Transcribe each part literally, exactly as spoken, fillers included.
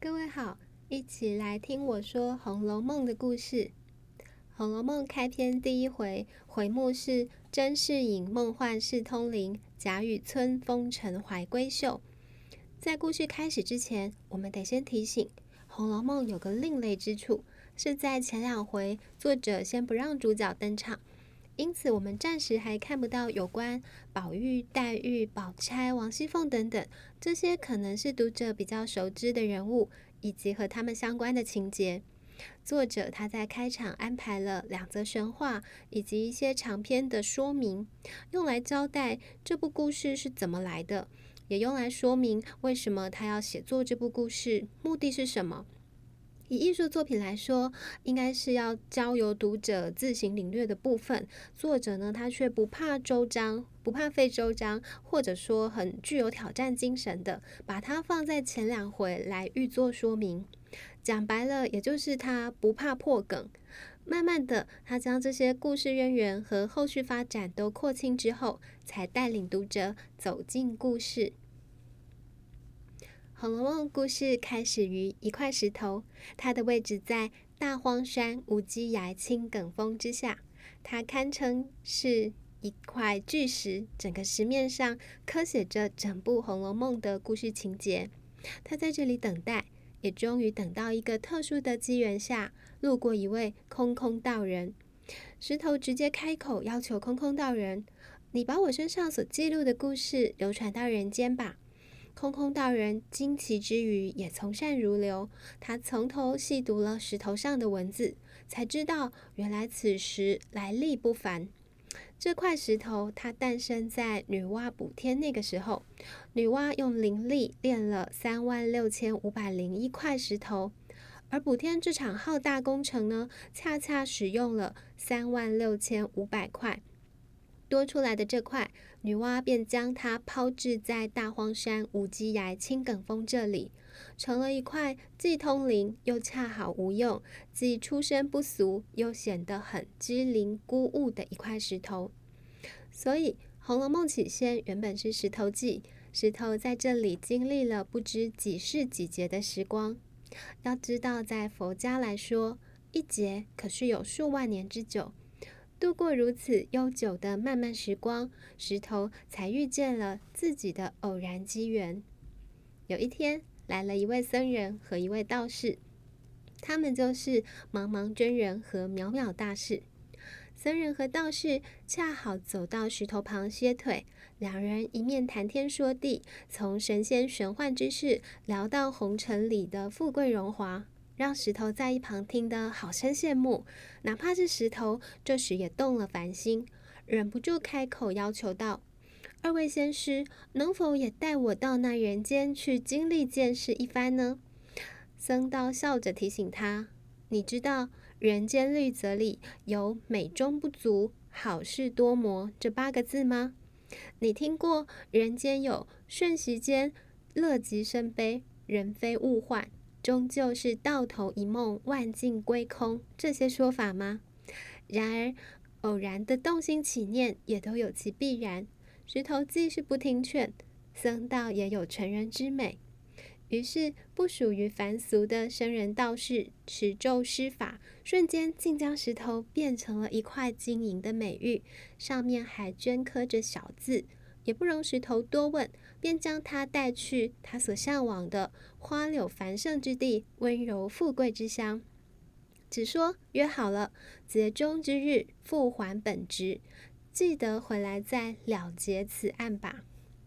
各位好，一起来听我说《红楼梦》的故事。《红楼梦》开篇第一回，回目是甄士隐梦幻识通灵，贾雨村风尘怀闺秀。在故事开始之前，我们得先提醒，《红楼梦》有个另类之处，是在前两回作者先不让主角登场，因此我们暂时还看不到有关宝玉、黛玉、宝钗、王熙凤等等这些可能是读者比较熟知的人物，以及和他们相关的情节。作者他在开场安排了两则神话以及一些长篇的说明，用来交代这部故事是怎么来的，也用来说明为什么他要写作这部故事，目的是什么。以艺术作品来说，应该是要交由读者自行领略的部分，作者呢，他却不怕周章，不怕费周章，或者说很具有挑战精神的，把它放在前两回来预作说明。讲白了，也就是他不怕破梗。慢慢的，他将这些故事渊源和后续发展都廓清之后，才带领读者走进故事。《红楼梦》故事开始于一块石头，它的位置在大荒山无稽崖青埂峰之下，它堪称是一块巨石，整个石面上刻写着整部《红楼梦》的故事情节。他在这里等待，也终于等到一个特殊的机缘下，路过一位空空道人。石头直接开口要求空空道人：“你把我身上所记录的故事流传到人间吧。”空空道人惊奇之余也从善如流，他从头细读了石头上的文字，才知道原来此石来历不凡。这块石头它诞生在女娲补天那个时候，女娲用灵力炼了三万六千五百零一块石头，而补天这场浩大工程呢，恰恰使用了三万六千五百块。多出来的这块，女娲便将它抛掷在大荒山无稽崖青埂峰这里，成了一块既通灵又恰好无用，既出身不俗又显得很机灵孤物的一块石头。所以《红楼梦》起先原本是石头记，石头在这里经历了不知几世几劫的时光。要知道，在佛家来说，一劫可是有数万年之久。度过如此悠久的漫漫时光，石头才遇见了自己的偶然机缘。有一天，来了一位僧人和一位道士，他们就是茫茫真人和渺渺大士。僧人和道士恰好走到石头旁歇腿，两人一面谈天说地，从神仙玄幻之事聊到红尘里的富贵荣华，让石头在一旁听得好生羡慕。哪怕是石头，这时也动了凡心，忍不住开口要求道：“二位仙师，能否也带我到那人间去经历见识一番呢？”僧道笑着提醒他：“你知道人间律则里有美中不足，好事多磨这八个字吗？你听过人间有瞬息间乐极生悲，人非物幻，终究是到头一梦，万境归空这些说法吗？然而偶然的动心起念也都有其必然。石头记是不听劝，僧道也有成人之美。于是不属于凡俗的僧人道士持咒施法，瞬间竟将石头变成了一块晶莹的美玉，上面还镌刻着小字，也不容石头多问，便将他带去他所向往的花柳繁盛之地，温柔富贵之乡。只说约好了，节中之日复还本职，记得回来再了结此案吧。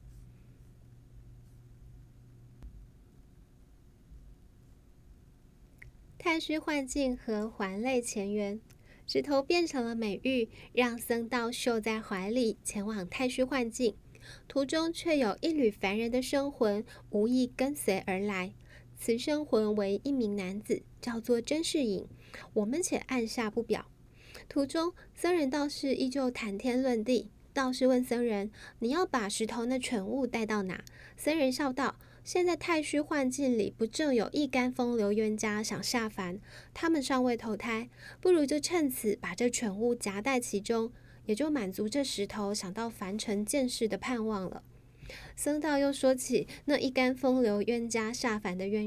太虚幻境和还酹前缘，石头变成了美玉，让僧道绣在怀里，前往太虚幻境。途中却有一缕凡人的生魂无意跟随而来，此生魂为一名男子，叫做甄士隐，我们且按下不表。途中僧人道士依旧谈天论地，道士问僧人：“你要把石头那蠢物带到哪？”僧人笑道：“现在太虚幻境里不正有一干风流冤家想下凡，他们尚未投胎，不如就趁此把这蠢物夹带其中，也就满足这石头想到凡尘见识的盼望了。”僧道又说起那一干风流冤家下凡的渊源，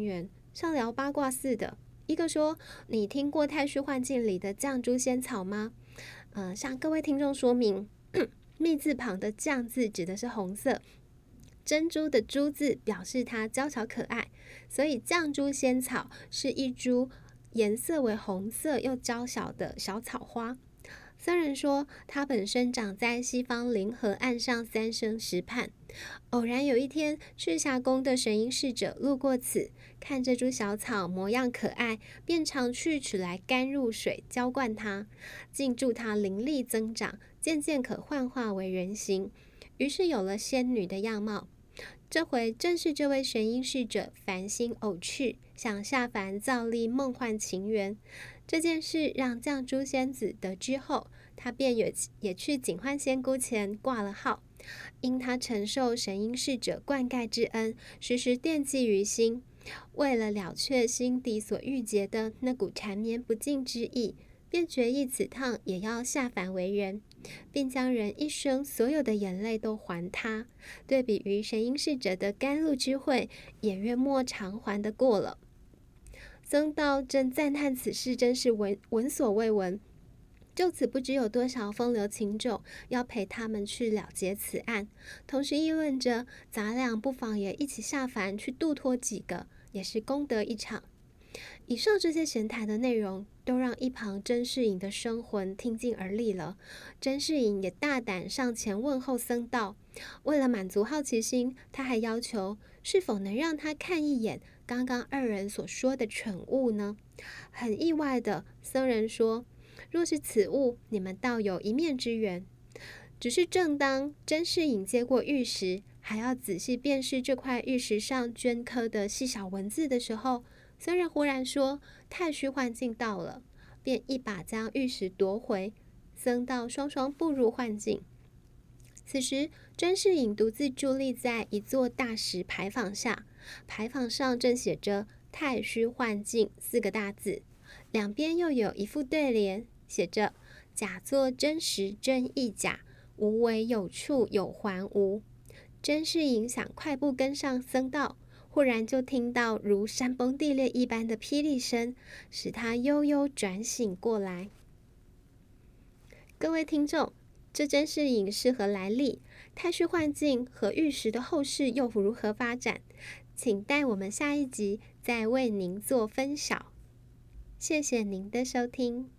像聊八卦似的。一个说：“你听过太虚幻境里的绛珠仙草吗？”呃，向各位听众说明，密字旁的绛字指的是红色，珍珠的珠字表示它娇巧可爱，所以绛珠仙草是一株颜色为红色又娇小的小草花。僧人说，它本生长在西方灵河岸上三生石畔。偶然有一天，赤霞宫的神瑛侍者路过此，看这株小草模样可爱，便常去取来甘露水浇灌它，竟助它灵力增长，渐渐可幻化为人形，于是有了仙女的样貌。这回正是这位神瑛侍者凡心偶趣，想下凡造立梦幻情缘。这件事让绛珠仙子得知后，她便也也去警幻仙姑前挂了号。因她承受神瑛侍者灌溉之恩，时时惦记于心，为了了却心底所郁结的那股缠绵不尽之意，便决意此趟也要下凡为人，并将人一生所有的眼泪都还他。对比于神瑛侍者的甘露之惠，也约莫偿还得过了。僧道正赞叹此事真是闻闻所未闻，就此不知有多少风流情种要陪他们去了结此案，同时议论着咱俩不妨也一起下凡去度脱几个，也是功德一场。以上这些闲谈的内容，都让一旁甄士隐的生魂听进耳里了。甄士隐也大胆上前问候僧道，为了满足好奇心，他还要求是否能让他看一眼刚刚二人所说的蠢物呢？很意外的，僧人说，若是此物，你们倒有一面之缘。只是正当甄士隐接过玉石，还要仔细辨识这块玉石上镌刻的细小文字的时候，僧人忽然说太虚幻境到了，便一把将玉石夺回，僧道双双步入幻境。此时甄士隐独自伫立在一座大石牌坊下，牌坊上正写着太虚幻境四个大字，两边又有一副对联，写着假作真实真亦假，无为有处有还无。甄士隐想快步跟上僧道，忽然就听到如山崩地裂一般的霹雳声，使他悠悠转醒过来。各位听众，这甄士隐是何来历？太虚幻境和玉石的后事又如何发展？请待我们下一集再为您做分晓。谢谢您的收听。